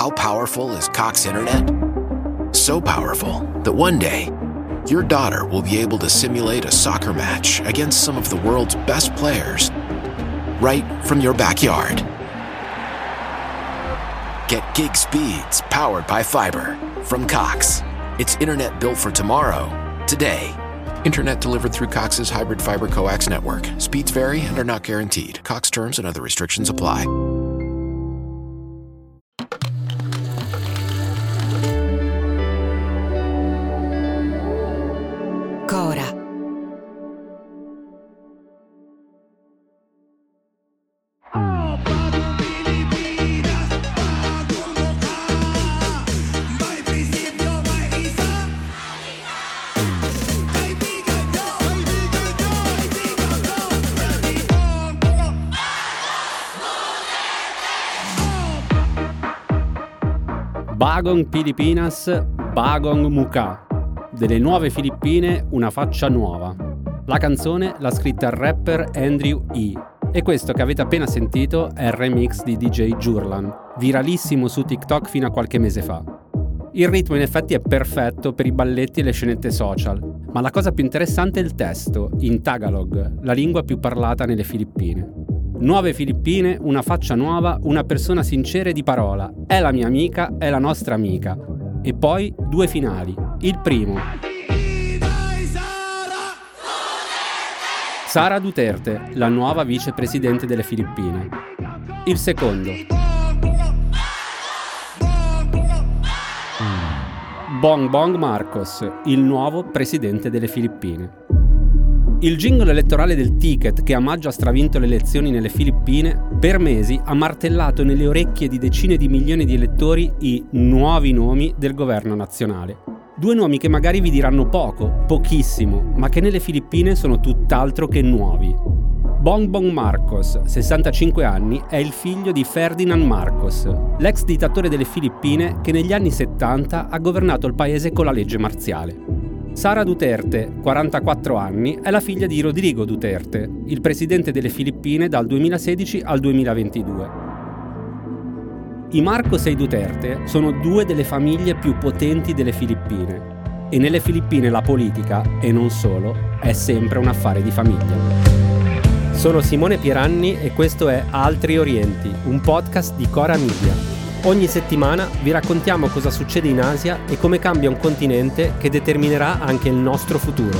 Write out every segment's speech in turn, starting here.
how powerful is Cox Internet? So powerful that one day, your daughter will be able to simulate a soccer match against some of the world's best players right from your backyard. Get gig speeds powered by fiber from Cox. It's internet built for tomorrow, today. Internet delivered through Cox's hybrid fiber coax network. Speeds vary and are not guaranteed. Cox terms and other restrictions apply. Cora. Bagong Pilipinas, Bagong Mukha. Delle nuove Filippine, una faccia nuova. La canzone l'ha scritta il rapper Andrew E. E questo che avete appena sentito è il remix di DJ Jurlan, viralissimo su TikTok fino a qualche mese fa. Il ritmo in effetti è perfetto per i balletti e le scenette social, ma la cosa più interessante è il testo, in Tagalog, la lingua più parlata nelle Filippine. Nuove Filippine, una faccia nuova, una persona sincera e di parola. È la mia amica, è la nostra amica. E poi due finali. Il primo. Sara Duterte, la nuova vicepresidente delle Filippine. Il secondo. Bongbong Marcos, il nuovo presidente delle Filippine. Il jingle elettorale del Ticket, che a maggio ha stravinto le elezioni nelle Filippine, per mesi ha martellato nelle orecchie di decine di milioni di elettori i nuovi nomi del governo nazionale. Due nomi che magari vi diranno poco, pochissimo, ma che nelle Filippine sono tutt'altro che nuovi. Bongbong Marcos, 65 anni, è il figlio di Ferdinand Marcos, l'ex dittatore delle Filippine che negli anni 70 ha governato il paese con la legge marziale. Sara Duterte, 44 anni, è la figlia di Rodrigo Duterte, il presidente delle Filippine dal 2016 al 2022. I Marcos e i Duterte sono due delle famiglie più potenti delle Filippine e nelle Filippine la politica, e non solo, è sempre un affare di famiglia. Sono Simone Pieranni e questo è Altri Orienti, un podcast di Cora Media. Ogni settimana vi raccontiamo cosa succede in Asia e come cambia un continente che determinerà anche il nostro futuro.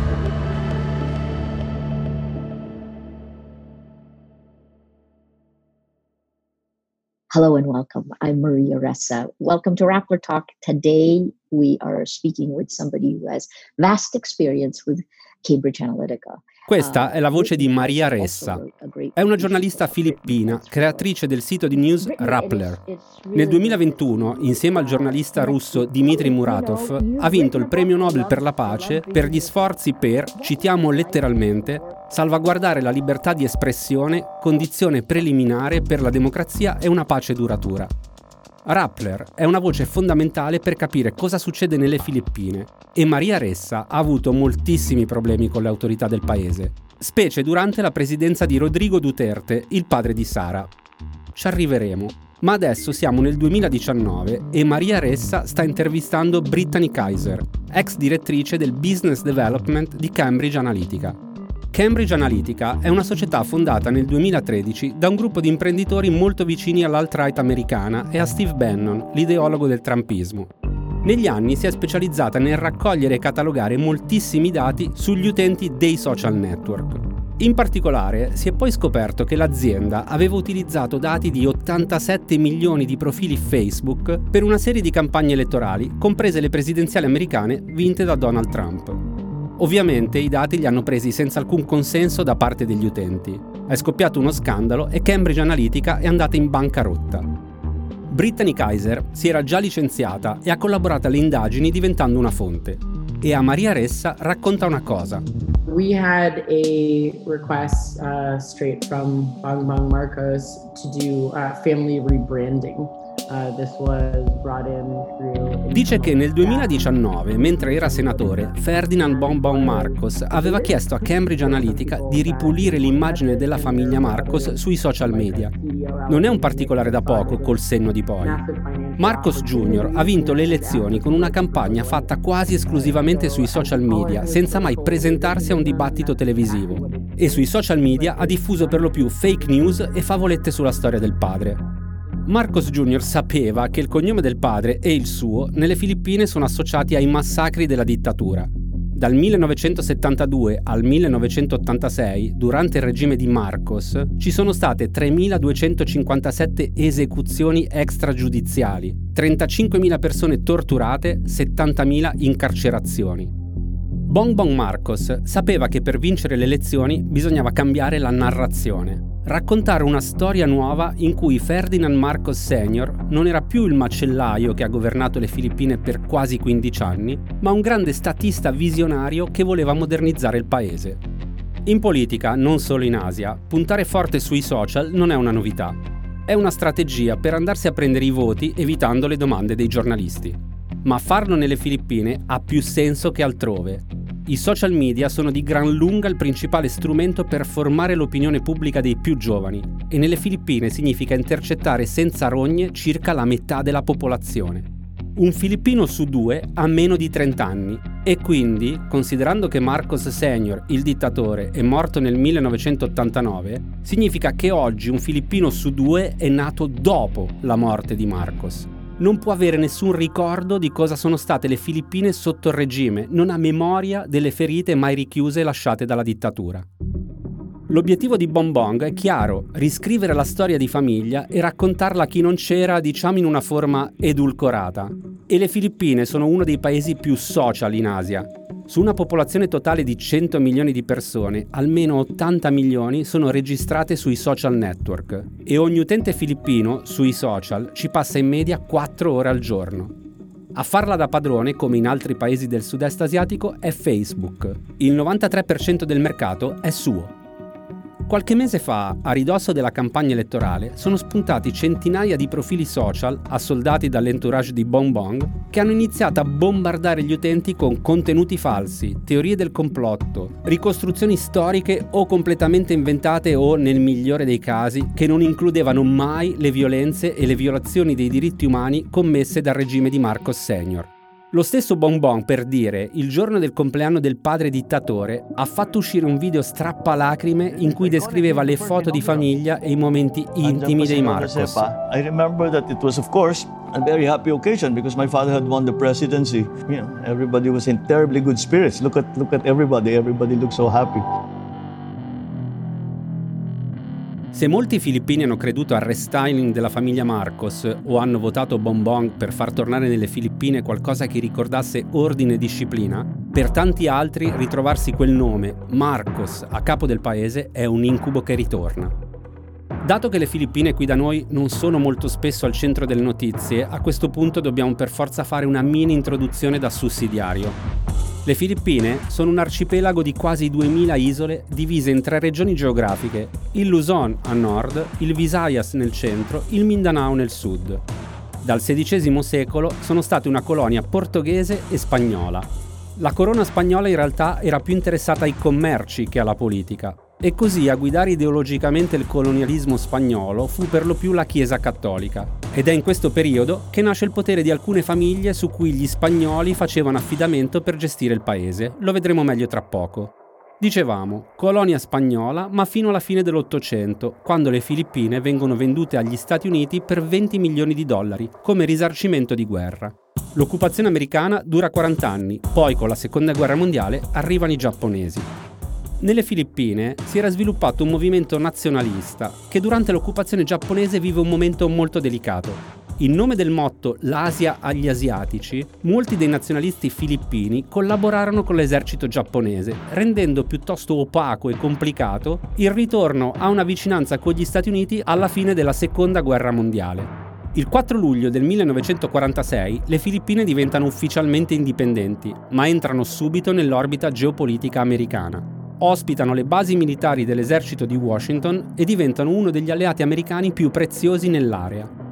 Hello and welcome. I'm Maria Ressa. Welcome to Rappler Talk. Today we are speaking with somebody who has vast experience with Cambridge Analytica. Questa è la voce di Maria Ressa. È una giornalista filippina, creatrice del sito di news Rappler. Nel 2021, insieme al giornalista russo Dmitry Muratov, ha vinto il premio Nobel per la pace per gli sforzi per, citiamo letteralmente, salvaguardare la libertà di espressione, condizione preliminare per la democrazia e una pace duratura. Rappler è una voce fondamentale per capire cosa succede nelle Filippine e Maria Ressa ha avuto moltissimi problemi con le autorità del paese, specie durante la presidenza di Rodrigo Duterte, il padre di Sara. Ci arriveremo, ma adesso siamo nel 2019 e Maria Ressa sta intervistando Brittany Kaiser, ex direttrice del Business Development di Cambridge Analytica. Cambridge Analytica è una società fondata nel 2013 da un gruppo di imprenditori molto vicini all'alt-right americana e a Steve Bannon, l'ideologo del trumpismo. Negli anni si è specializzata nel raccogliere e catalogare moltissimi dati sugli utenti dei social network. In particolare si è poi scoperto che l'azienda aveva utilizzato dati di 87 milioni di profili Facebook per una serie di campagne elettorali, comprese le presidenziali americane vinte da Donald Trump. Ovviamente i dati li hanno presi senza alcun consenso da parte degli utenti. È scoppiato uno scandalo e Cambridge Analytica è andata in bancarotta. Brittany Kaiser si era già licenziata e ha collaborato alle indagini diventando una fonte. E a Maria Ressa racconta una cosa. We had a request straight from Bongbong Marcos to do family rebranding Dice che nel 2019, mentre era senatore, Ferdinand Bongbong Marcos aveva chiesto a Cambridge Analytica di ripulire l'immagine della famiglia Marcos sui social media. Non è un particolare da poco, col senno di poi. Marcos Jr. ha vinto le elezioni con una campagna fatta quasi esclusivamente sui social media, senza mai presentarsi a un dibattito televisivo. E sui social media ha diffuso per lo più fake news e favolette sulla storia del padre. Marcos Jr. sapeva che il cognome del padre e il suo nelle Filippine sono associati ai massacri della dittatura. Dal 1972 al 1986, durante il regime di Marcos, ci sono state 3.257 esecuzioni extragiudiziali, 35.000 persone torturate, 70.000 incarcerazioni. Bongbong Marcos sapeva che per vincere le elezioni bisognava cambiare la narrazione. Raccontare una storia nuova in cui Ferdinand Marcos Sr. non era più il macellaio che ha governato le Filippine per quasi 15 anni, ma un grande statista visionario che voleva modernizzare il paese. In politica, non solo in Asia, puntare forte sui social non è una novità. È una strategia per andarsi a prendere i voti evitando le domande dei giornalisti. Ma farlo nelle Filippine ha più senso che altrove. I social media sono di gran lunga il principale strumento per formare l'opinione pubblica dei più giovani e nelle Filippine significa intercettare senza rogne circa la metà della popolazione. Un filippino su 2 ha meno di 30 anni e quindi, considerando che Marcos Sr., il dittatore, è morto nel 1989, significa che oggi un filippino su 2 è nato dopo la morte di Marcos. Non può avere nessun ricordo di cosa sono state le Filippine sotto il regime, non ha memoria delle ferite mai richiuse lasciate dalla dittatura. L'obiettivo di Bongbong è chiaro, riscrivere la storia di famiglia e raccontarla a chi non c'era, diciamo in una forma edulcorata. E le Filippine sono uno dei paesi più social in Asia. Su una popolazione totale di 100 milioni di persone, almeno 80 milioni sono registrate sui social network e ogni utente filippino sui social ci passa in media 4 ore al giorno. A farla da padrone, come in altri paesi del sud-est asiatico, è Facebook. Il 93% del mercato è suo. Qualche mese fa, a ridosso della campagna elettorale, sono spuntati centinaia di profili social, assoldati dall'entourage di Bongbong, che hanno iniziato a bombardare gli utenti con contenuti falsi, teorie del complotto, ricostruzioni storiche o completamente inventate o, nel migliore dei casi, che non includevano mai le violenze e le violazioni dei diritti umani commesse dal regime di Marcos Sr. Lo stesso Bongbong, per dire, il giorno del compleanno del padre dittatore, ha fatto uscire un video strappalacrime in cui descriveva le foto di famiglia e i momenti intimi dei Marcos. I remember that it was, of course, a very happy occasion because my father had won the presidency. You know, everybody was in terribly good spirits. Look at everybody. Everybody looks so happy. Se molti filippini hanno creduto al restyling della famiglia Marcos o hanno votato Bongbong per far tornare nelle Filippine qualcosa che ricordasse ordine e disciplina, per tanti altri ritrovarsi quel nome, Marcos, a capo del paese è un incubo che ritorna. Dato che le Filippine qui da noi non sono molto spesso al centro delle notizie, a questo punto dobbiamo per forza fare una mini introduzione da sussidiario. Le Filippine sono un arcipelago di quasi 2000 isole divise in 3 regioni geografiche, il Luzon a nord, il Visayas nel centro, il Mindanao nel sud. Dal XVI secolo sono state una colonia portoghese e spagnola. La corona spagnola in realtà era più interessata ai commerci che alla politica, e così a guidare ideologicamente il colonialismo spagnolo fu per lo più la Chiesa cattolica. Ed è in questo periodo che nasce il potere di alcune famiglie su cui gli spagnoli facevano affidamento per gestire il paese. Lo vedremo meglio tra poco. Dicevamo, colonia spagnola, ma fino alla fine dell'Ottocento, quando le Filippine vengono vendute agli Stati Uniti per $20 milioni come risarcimento di guerra. L'occupazione americana dura 40 anni, poi con la Seconda Guerra Mondiale arrivano i giapponesi. Nelle Filippine si era sviluppato un movimento nazionalista che durante l'occupazione giapponese vive un momento molto delicato. In nome del motto «L'Asia agli asiatici», molti dei nazionalisti filippini collaborarono con l'esercito giapponese, rendendo piuttosto opaco e complicato il ritorno a una vicinanza con gli Stati Uniti alla fine della Seconda Guerra Mondiale. Il 4 luglio del 1946 le Filippine diventano ufficialmente indipendenti, ma entrano subito nell'orbita geopolitica americana. Ospitano le basi militari dell'esercito di Washington e diventano uno degli alleati americani più preziosi nell'area.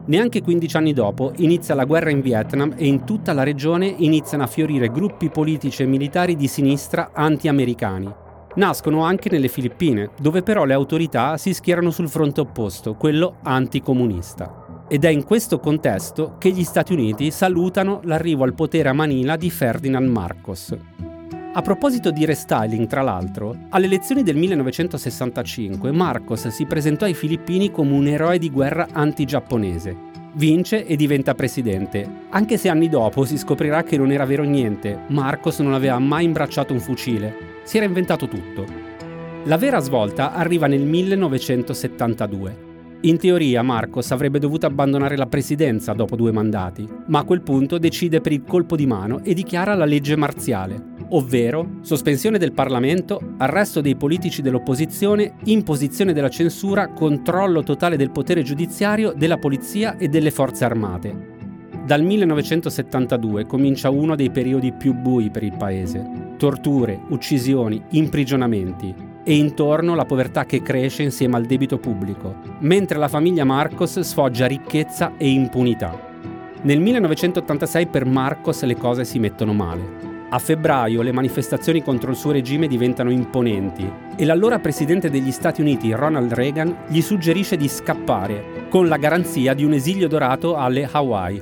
Neanche 15 anni dopo inizia la guerra in Vietnam e in tutta la regione iniziano a fiorire gruppi politici e militari di sinistra anti-americani. Nascono anche nelle Filippine, dove però le autorità si schierano sul fronte opposto, quello anticomunista. Ed è in questo contesto che gli Stati Uniti salutano l'arrivo al potere a Manila di Ferdinand Marcos. A proposito di restyling, tra l'altro, alle elezioni del 1965 Marcos si presentò ai filippini come un eroe di guerra anti-giapponese. Vince e diventa presidente, anche se anni dopo si scoprirà che non era vero niente. Marcos non aveva mai imbracciato un fucile, si era inventato tutto. La vera svolta arriva nel 1972. In teoria Marcos avrebbe dovuto abbandonare la presidenza dopo 2 mandati, ma a quel punto decide per il colpo di mano e dichiara la legge marziale, ovvero sospensione del Parlamento, arresto dei politici dell'opposizione, imposizione della censura, controllo totale del potere giudiziario, della polizia e delle forze armate. Dal 1972 comincia uno dei periodi più bui per il paese. Torture, uccisioni, imprigionamenti e intorno la povertà che cresce insieme al debito pubblico, mentre la famiglia Marcos sfoggia ricchezza e impunità. Nel 1986 per Marcos le cose si mettono male. A febbraio le manifestazioni contro il suo regime diventano imponenti e l'allora presidente degli Stati Uniti, Ronald Reagan, gli suggerisce di scappare, con la garanzia di un esilio dorato alle Hawaii.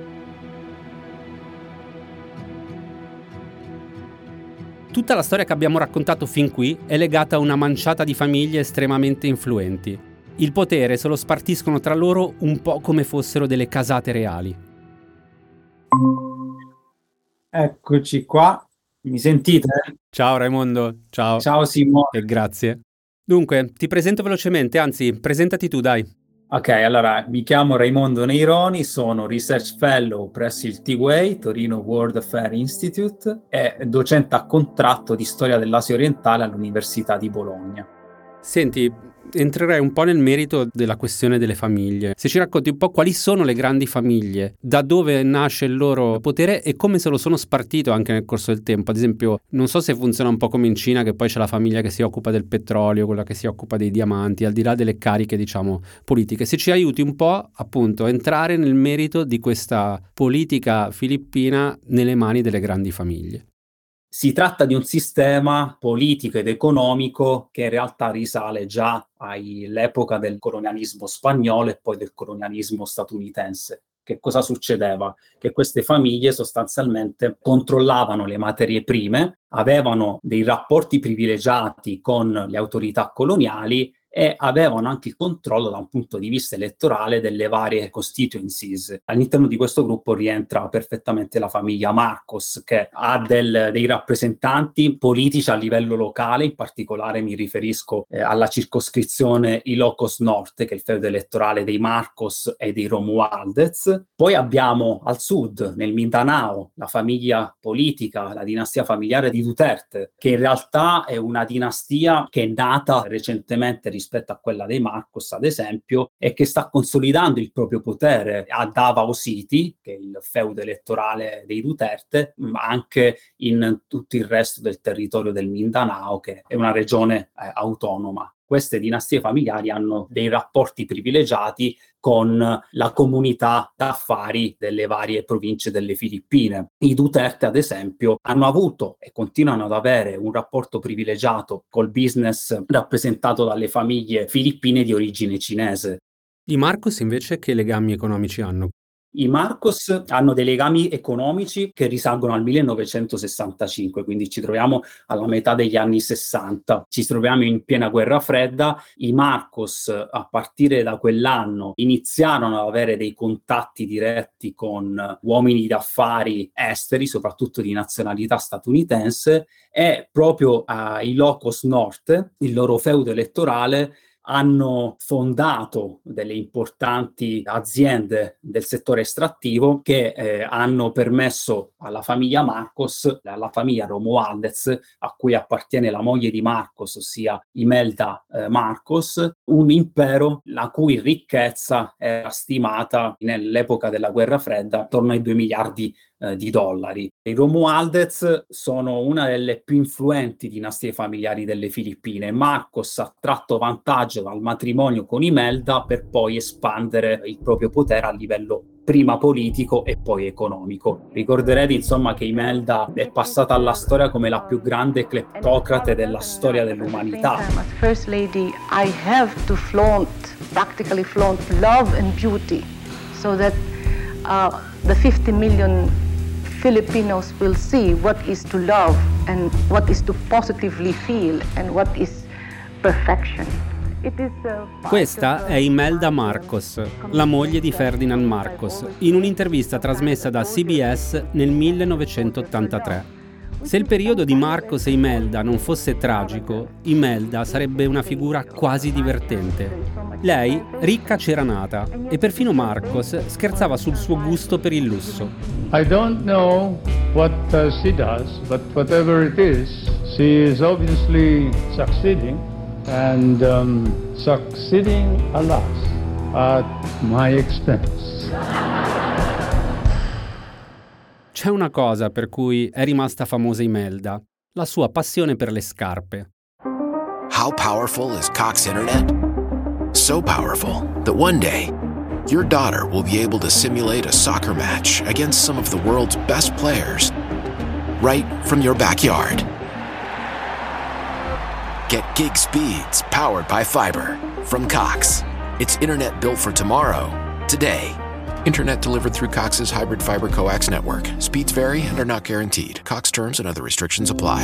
Tutta la storia che abbiamo raccontato fin qui è legata a una manciata di famiglie estremamente influenti. Il potere se lo spartiscono tra loro un po' come fossero delle casate reali. Eccoci qua, mi sentite? Ciao Raimondo, ciao. Ciao Simone. E grazie. Dunque, ti presento velocemente, anzi, presentati tu, dai. Ok, allora, mi chiamo Raimondo Neironi, sono Research Fellow presso il T-Way, Torino World Affair Institute, e docente a contratto di storia dell'Asia orientale all'Università di Bologna. Senti, entrerei un po' nel merito della questione delle famiglie. Se ci racconti un po' quali sono le grandi famiglie, da dove nasce il loro potere e come se lo sono spartito anche nel corso del tempo. Ad esempio, non so se funziona un po' come in Cina, che poi c'è la famiglia che si occupa del petrolio, quella che si occupa dei diamanti, al di là delle cariche, diciamo, politiche. Se ci aiuti un po', appunto, a entrare nel merito di questa politica filippina nelle mani delle grandi famiglie. Si tratta di un sistema politico ed economico che in realtà risale già all'epoca del colonialismo spagnolo e poi del colonialismo statunitense. Che cosa succedeva? Che queste famiglie sostanzialmente controllavano le materie prime, avevano dei rapporti privilegiati con le autorità coloniali e avevano anche il controllo da un punto di vista elettorale delle varie constituencies. All'interno di questo gruppo rientra perfettamente la famiglia Marcos, che ha dei rappresentanti politici a livello locale, in particolare mi riferisco alla circoscrizione Ilocos Norte, che è il feudo elettorale dei Marcos e dei Romualdez. Poi abbiamo al sud, nel Mindanao, la famiglia politica, la dinastia familiare di Duterte, che in realtà è una dinastia che è nata recentemente rispetto a quella dei Marcos, ad esempio, e che sta consolidando il proprio potere a Davao City, che è il feudo elettorale dei Duterte, ma anche in tutto il resto del territorio del Mindanao, che è una regione autonoma. Queste dinastie familiari hanno dei rapporti privilegiati con la comunità d'affari delle varie province delle Filippine. I Duterte, ad esempio, hanno avuto e continuano ad avere un rapporto privilegiato col business rappresentato dalle famiglie filippine di origine cinese. I Marcos invece che legami economici hanno? I Marcos hanno dei legami economici che risalgono al 1965, quindi ci troviamo alla metà degli anni 60. Ci troviamo in piena guerra fredda. I Marcos, a partire da quell'anno, iniziarono ad avere dei contatti diretti con uomini d'affari esteri, soprattutto di nazionalità statunitense, e proprio a Ilocos Norte, il loro feudo elettorale, hanno fondato delle importanti aziende del settore estrattivo che hanno permesso alla famiglia Marcos, alla famiglia Romualdez, a cui appartiene la moglie di Marcos, ossia Imelda Marcos, un impero la cui ricchezza era stimata nell'epoca della guerra fredda attorno ai $2 miliardi. di dollari. I Romualdez sono una delle più influenti dinastie familiari delle Filippine. Marcos ha tratto vantaggio dal matrimonio con Imelda per poi espandere il proprio potere a livello prima politico e poi economico. Ricorderete insomma che Imelda è passata alla storia come la più grande cleptocrate della storia dell'umanità. As First Lady, I have to practically flaunt love and beauty so that the 50 million Filipinos will see what is to love and what is to positively feel and what is perfection. Questa è Imelda Marcos, la moglie di Ferdinand Marcos, in un'intervista trasmessa da CBS nel 1983. Se il periodo di Marcos e Imelda non fosse tragico, Imelda sarebbe una figura quasi divertente. Lei, ricca c'era nata, e perfino Marcos scherzava sul suo gusto per il lusso. I don't know what she does, but whatever it is, she is obviously succeeding. And succeeding, alas, at my expense. C'è una cosa per cui è rimasta famosa Imelda, la sua passione per le scarpe. How powerful is Cox Internet? So powerful that one day, your daughter will be able to simulate a soccer match against some of the world's best players right from your backyard. Get gig speeds powered by fiber from Cox. It's internet built for tomorrow, today. Internet delivered through Cox's hybrid fiber coax network. Speeds vary and are not guaranteed. Cox terms and other restrictions apply.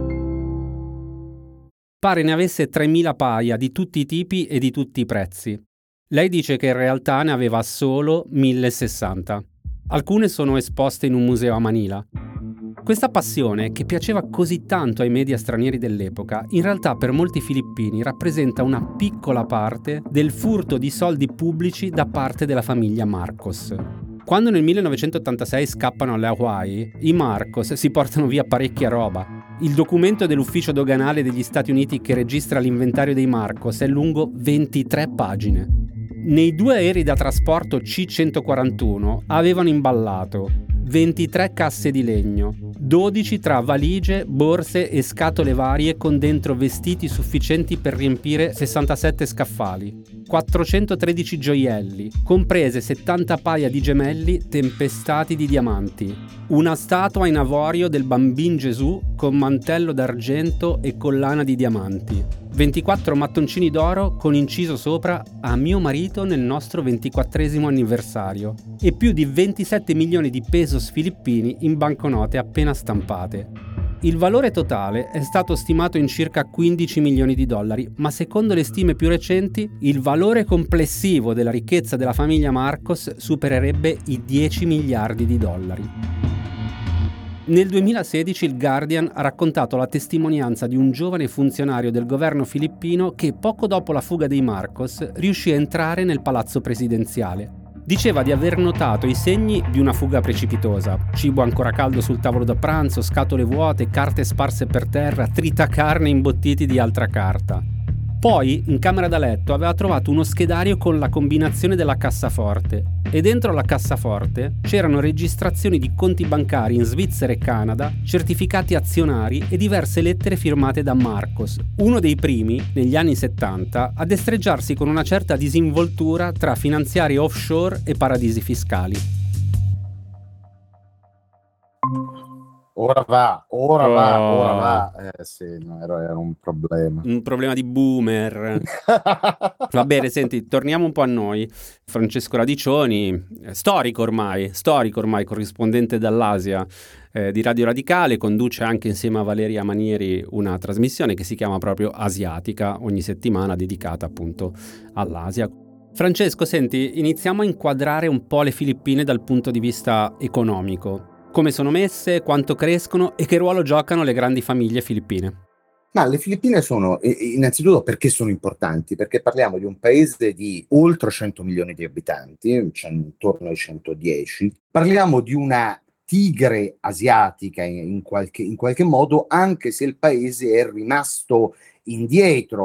Pare ne avesse 3.000 paia di tutti i tipi e di tutti i prezzi. Lei dice che in realtà ne aveva solo 1.060. Alcune sono esposte in un museo a Manila. Questa passione, che piaceva così tanto ai media stranieri dell'epoca, in realtà per molti filippini rappresenta una piccola parte del furto di soldi pubblici da parte della famiglia Marcos. Quando nel 1986 scappano alle Hawaii, i Marcos si portano via parecchia roba. Il documento dell'ufficio doganale degli Stati Uniti che registra l'inventario dei Marcos è lungo 23 pagine. Nei 2 aerei da trasporto C-141 avevano imballato 23 casse di legno, 12 tra valigie, borse e scatole varie con dentro vestiti sufficienti per riempire 67 scaffali, 413 gioielli, comprese 70 paia di gemelli tempestati di diamanti, una statua in avorio del Bambin Gesù con mantello d'argento e collana di diamanti, 24 mattoncini d'oro con inciso sopra "a mio marito nel nostro 24esimo anniversario" e più di 27 milioni di pesos filippini in banconote appena stampate. Il valore totale è stato stimato in circa 15 milioni di dollari, ma secondo le stime più recenti, il valore complessivo della ricchezza della famiglia Marcos supererebbe i 10 miliardi di dollari. Nel 2016 il Guardian ha raccontato la testimonianza di un giovane funzionario del governo filippino che poco dopo la fuga dei Marcos riuscì a entrare nel palazzo presidenziale. Diceva di aver notato i segni di una fuga precipitosa: cibo ancora caldo sul tavolo da pranzo, scatole vuote, carte sparse per terra, tritacarne imbottiti di altra carta. Poi, in camera da letto, aveva trovato uno schedario con la combinazione della cassaforte e dentro la cassaforte c'erano registrazioni di conti bancari in Svizzera e Canada, certificati azionari e diverse lettere firmate da Marcos, uno dei primi, negli anni 70, a destreggiarsi con una certa disinvoltura tra finanziari offshore e paradisi fiscali. Ora va. Sì, no, era un problema. Un problema di boomer. Va bene, senti, torniamo un po' a noi. Francesco Radiccioni, storico ormai, corrispondente dall'Asia di Radio Radicale, conduce anche insieme a Valeria Manieri una trasmissione che si chiama proprio Asiatica, ogni settimana dedicata appunto all'Asia. Francesco, senti, iniziamo a inquadrare un po' le Filippine dal punto di vista economico. Come sono messe, quanto crescono e che ruolo giocano le grandi famiglie filippine? Ma le Filippine sono, innanzitutto perché sono importanti? Perché parliamo di un paese di oltre 100 milioni di abitanti, cioè intorno ai 110. Parliamo di una tigre asiatica in qualche modo, anche se il paese è rimasto indietro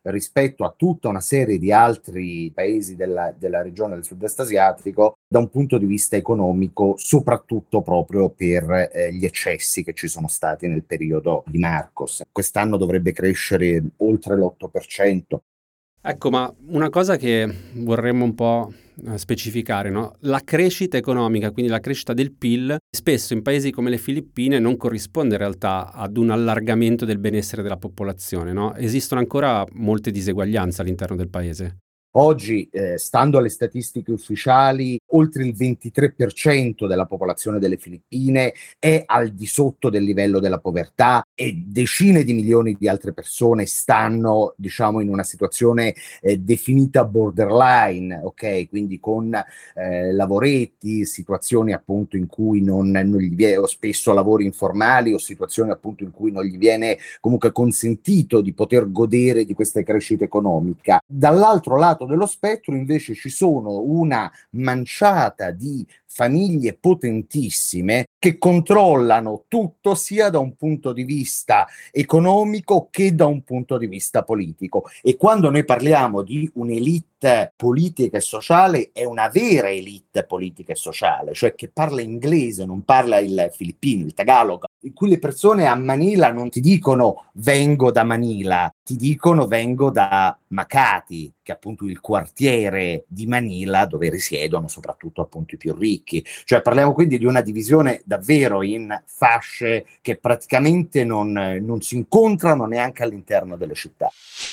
rispetto a tutta una serie di altri paesi della regione del sud-est asiatico da un punto di vista economico, soprattutto proprio per gli eccessi che ci sono stati nel periodo di Marcos. Quest'anno dovrebbe crescere oltre l'8%. Ecco, ma una cosa che vorremmo un po' specificare, no? La crescita economica, quindi la crescita del PIL, spesso in paesi come le Filippine non corrisponde in realtà ad un allargamento del benessere della popolazione, no? Esistono ancora molte diseguaglianze all'interno del paese. Oggi, stando alle statistiche ufficiali, oltre il 23% della popolazione delle Filippine è al di sotto del livello della povertà e decine di milioni di altre persone stanno, diciamo, in una situazione definita borderline, ok? Quindi con lavoretti, situazioni appunto in cui non gli viene, o spesso lavori informali, o situazioni appunto in cui non gli viene comunque consentito di poter godere di questa crescita economica. Dall'altro lato dello spettro invece ci sono una manciata di famiglie potentissime che controllano tutto sia da un punto di vista economico che da un punto di vista politico, e quando noi parliamo di un'elite politica e sociale è una vera elite politica e sociale, cioè che parla inglese, non parla il filippino, il tagalog, in cui le persone a Manila non ti dicono vengo da Manila, ti dicono vengo da Makati, che è appunto il quartiere di Manila dove risiedono soprattutto appunto i più ricchi. Cioè parliamo quindi di una divisione davvero in fasce che praticamente non si incontrano neanche all'interno delle città.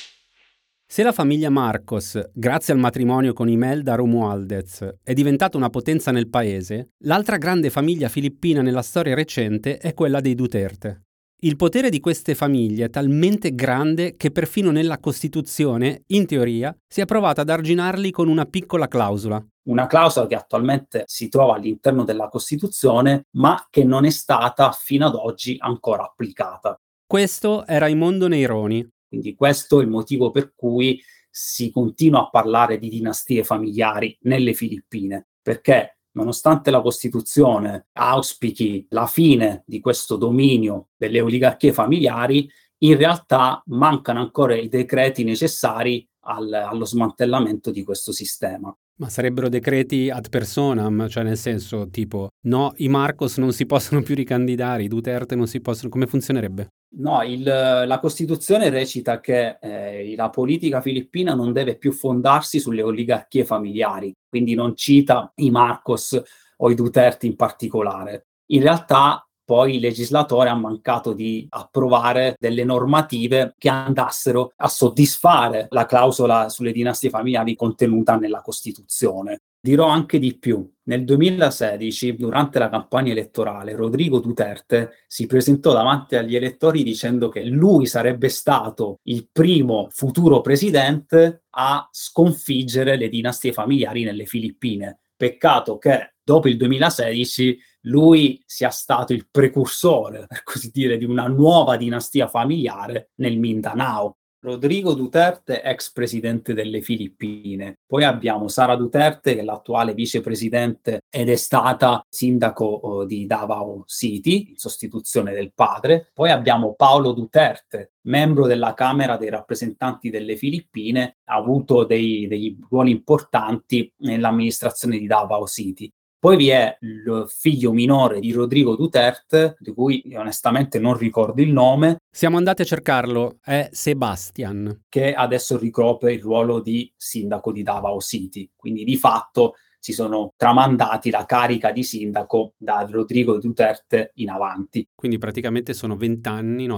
Se la famiglia Marcos, grazie al matrimonio con Imelda Romualdez, è diventata una potenza nel paese, l'altra grande famiglia filippina nella storia recente è quella dei Duterte. Il potere di queste famiglie è talmente grande che perfino nella Costituzione, in teoria, si è provato ad arginarli con una piccola clausola. Una clausola che attualmente si trova all'interno della Costituzione, ma che non è stata fino ad oggi ancora applicata. Questo è Raimondo Neironi. Quindi questo è il motivo per cui si continua a parlare di dinastie familiari nelle Filippine, perché nonostante la Costituzione auspichi la fine di questo dominio delle oligarchie familiari, in realtà mancano ancora i decreti necessari allo smantellamento di questo sistema. Ma sarebbero decreti ad personam, cioè nel senso tipo no, i Marcos non si possono più ricandidare, i Duterte non si possono... Come funzionerebbe? No, la Costituzione recita che la politica filippina non deve più fondarsi sulle oligarchie familiari, quindi non cita i Marcos o i Duterte in particolare. In realtà poi il legislatore ha mancato di approvare delle normative che andassero a soddisfare la clausola sulle dinastie familiari contenuta nella Costituzione. Dirò anche di più. Nel 2016, durante la campagna elettorale, Rodrigo Duterte si presentò davanti agli elettori dicendo che lui sarebbe stato il primo futuro presidente a sconfiggere le dinastie familiari nelle Filippine. Peccato che dopo il 2016 lui sia stato il precursore, per così dire, di una nuova dinastia familiare nel Mindanao. Rodrigo Duterte, ex presidente delle Filippine. Poi abbiamo Sara Duterte, che è l'attuale vicepresidente ed è stata sindaco di Davao City, in sostituzione del padre. Poi abbiamo Paolo Duterte, membro della Camera dei rappresentanti delle Filippine, ha avuto dei ruoli importanti nell'amministrazione di Davao City. Poi vi è il figlio minore di Rodrigo Duterte, di cui onestamente non ricordo il nome. Siamo andati a cercarlo, è Sebastian. Che adesso ricopre il ruolo di sindaco di Davao City. Quindi di fatto si sono tramandati la carica di sindaco da Rodrigo Duterte in avanti. Quindi praticamente sono 30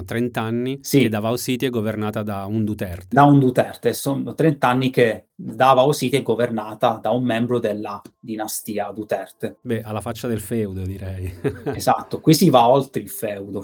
anni che Davao City è governata da un Duterte. Da un Duterte, sono 30 anni che Davao City è governata da un membro della dinastia Duterte. Beh, alla faccia del feudo, direi. Esatto, qui si va oltre il feudo.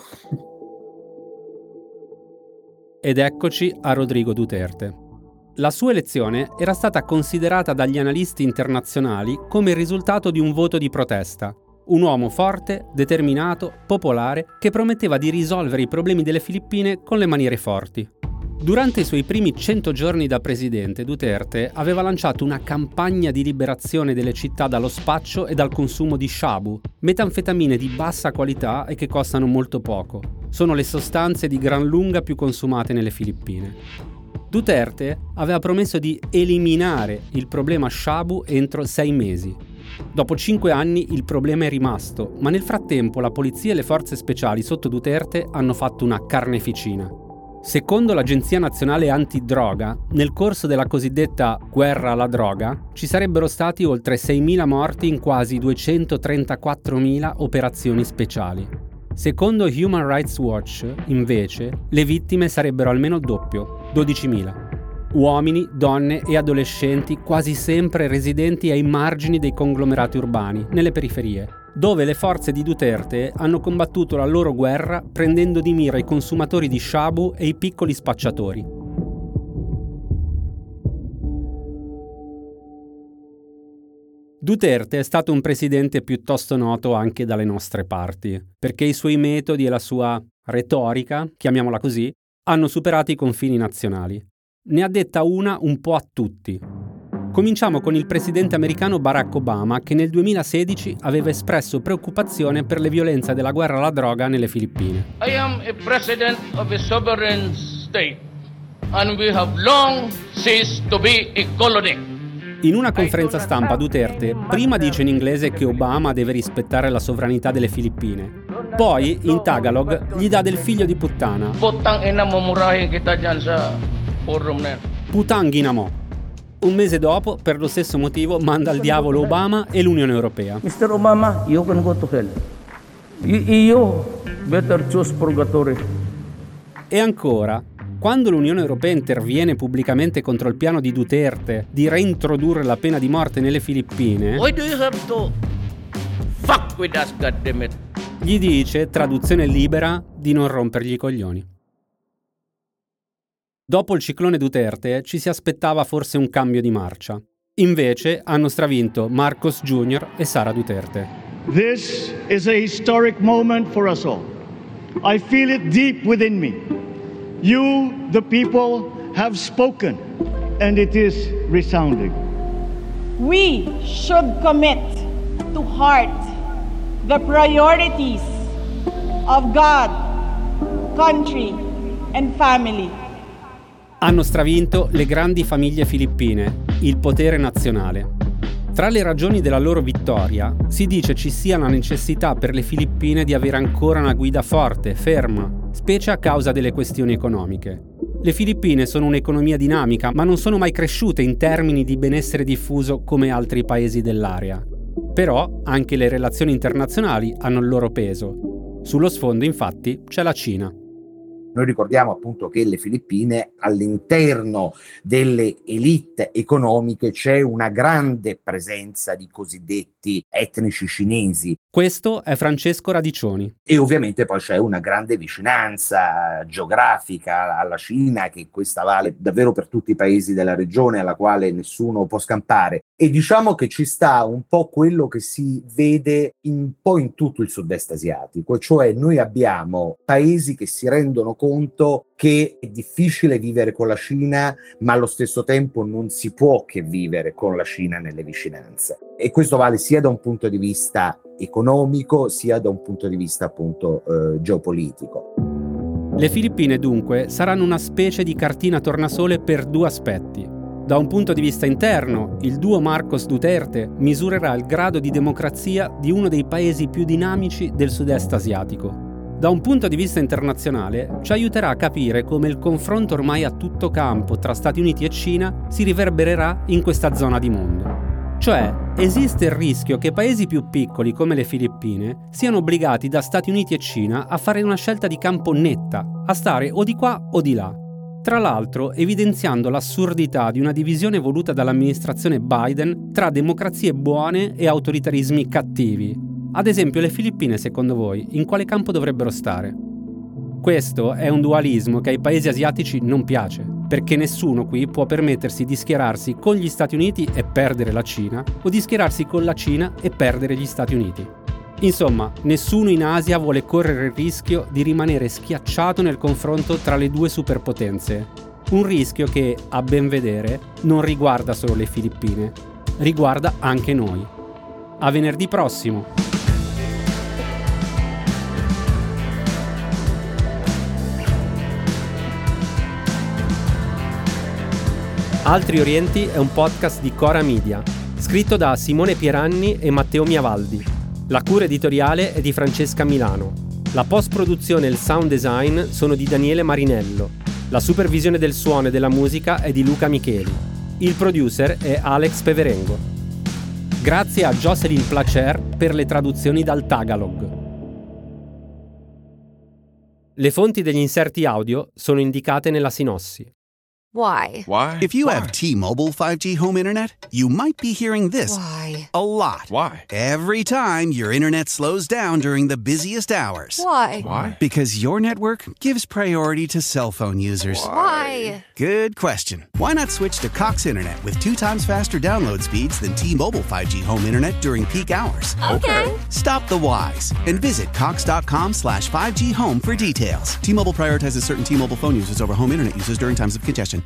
Ed eccoci a Rodrigo Duterte. La sua elezione era stata considerata dagli analisti internazionali come il risultato di un voto di protesta. Un uomo forte, determinato, popolare, che prometteva di risolvere i problemi delle Filippine con le maniere forti. Durante i suoi primi 100 giorni da presidente, Duterte aveva lanciato una campagna di liberazione delle città dallo spaccio e dal consumo di shabu, metanfetamine di bassa qualità e che costano molto poco. Sono le sostanze di gran lunga più consumate nelle Filippine. Duterte aveva promesso di eliminare il problema Shabu entro 6 mesi. Dopo 5 anni il problema è rimasto, ma nel frattempo la polizia e le forze speciali sotto Duterte hanno fatto una carneficina. Secondo l'Agenzia Nazionale Antidroga, nel corso della cosiddetta guerra alla droga, ci sarebbero stati oltre 6.000 morti in quasi 234.000 operazioni speciali. Secondo Human Rights Watch, invece, le vittime sarebbero almeno il doppio, 12.000. Uomini, donne e adolescenti quasi sempre residenti ai margini dei conglomerati urbani, nelle periferie, dove le forze di Duterte hanno combattuto la loro guerra prendendo di mira i consumatori di Shabu e i piccoli spacciatori. Duterte è stato un presidente piuttosto noto anche dalle nostre parti, perché i suoi metodi e la sua retorica, chiamiamola così, hanno superato i confini nazionali. Ne ha detta una un po' a tutti. Cominciamo con il presidente americano Barack Obama, che nel 2016 aveva espresso preoccupazione per le violenze della guerra alla droga nelle Filippine. I am a president of a sovereign state, and we have long ceased to be a colony. In una conferenza stampa Duterte prima dice in inglese che Obama deve rispettare la sovranità delle Filippine. Poi, in Tagalog, gli dà del figlio di puttana. Putanghina mo. Un mese dopo, per lo stesso motivo, manda al diavolo Obama e l'Unione Europea. Mr. Obama, you can go to hell. You better choose purgatory. E ancora, quando l'Unione Europea interviene pubblicamente contro il piano di Duterte di reintrodurre la pena di morte nelle Filippine, Why do you have to fuck with us, goddammit? Gli dice, traduzione libera, di non rompergli i coglioni. Dopo il ciclone Duterte ci si aspettava forse un cambio di marcia. Invece hanno stravinto Marcos Jr. e Sara Duterte. This is a historic moment for us all. I feel it deep within me. You, the people, have spoken, and it is resounding. We should commit to heart the priorities of God, country, and family. Hanno stravinto le grandi famiglie filippine, il potere nazionale. Tra le ragioni della loro vittoria si dice ci sia la necessità per le Filippine di avere ancora una guida forte, ferma, specie a causa delle questioni economiche. Le Filippine sono un'economia dinamica, ma non sono mai cresciute in termini di benessere diffuso come altri paesi dell'area. Però anche le relazioni internazionali hanno il loro peso. Sullo sfondo, infatti, c'è la Cina. Noi ricordiamo appunto che le Filippine, all'interno delle elite economiche, c'è una grande presenza di cosiddetti etnici cinesi. Questo è Francesco Radiccioni. E ovviamente poi c'è una grande vicinanza geografica alla Cina, che questa vale davvero per tutti i paesi della regione, alla quale nessuno può scampare. E diciamo che ci sta un po' quello che si vede un po' in tutto il sud-est asiatico, cioè noi abbiamo paesi che si rendono conto che è difficile vivere con la Cina, ma allo stesso tempo non si può che vivere con la Cina nelle vicinanze. E questo vale sia da un punto di vista economico, sia da un punto di vista appunto geopolitico. Le Filippine dunque saranno una specie di cartina tornasole per due aspetti. Da un punto di vista interno, il duo Marcos Duterte misurerà il grado di democrazia di uno dei paesi più dinamici del sud-est asiatico. Da un punto di vista internazionale, ci aiuterà a capire come il confronto ormai a tutto campo tra Stati Uniti e Cina si riverbererà in questa zona di mondo. Cioè, esiste il rischio che paesi più piccoli come le Filippine siano obbligati da Stati Uniti e Cina a fare una scelta di campo netta, a stare o di qua o di là. Tra l'altro, evidenziando l'assurdità di una divisione voluta dall'amministrazione Biden tra democrazie buone e autoritarismi cattivi. Ad esempio, le Filippine, secondo voi, in quale campo dovrebbero stare? Questo è un dualismo che ai paesi asiatici non piace, perché nessuno qui può permettersi di schierarsi con gli Stati Uniti e perdere la Cina, o di schierarsi con la Cina e perdere gli Stati Uniti. Insomma, nessuno in Asia vuole correre il rischio di rimanere schiacciato nel confronto tra le due superpotenze. Un rischio che, a ben vedere, non riguarda solo le Filippine, riguarda anche noi. A venerdì prossimo! Altri Orienti è un podcast di Cora Media, scritto da Simone Pieranni e Matteo Miavaldi. La cura editoriale è di Francesca Milano. La post-produzione e il sound design sono di Daniele Marinello. La supervisione del suono e della musica è di Luca Micheli. Il producer è Alex Peverengo. Grazie a Jocelyn Placer per le traduzioni dal Tagalog. Le fonti degli inserti audio sono indicate nella sinossi. Why? If you have T-Mobile 5G home internet, you might be hearing this a lot. Every time your internet slows down during the busiest hours. Why? Because your network gives priority to cell phone users. Why? Good question. Why not switch to Cox Internet with 2 times faster download speeds than T-Mobile 5G home internet during peak hours? Okay. Stop the whys and visit cox.com/5G home for details. T-Mobile prioritizes certain T-Mobile phone users over home internet users during times of congestion.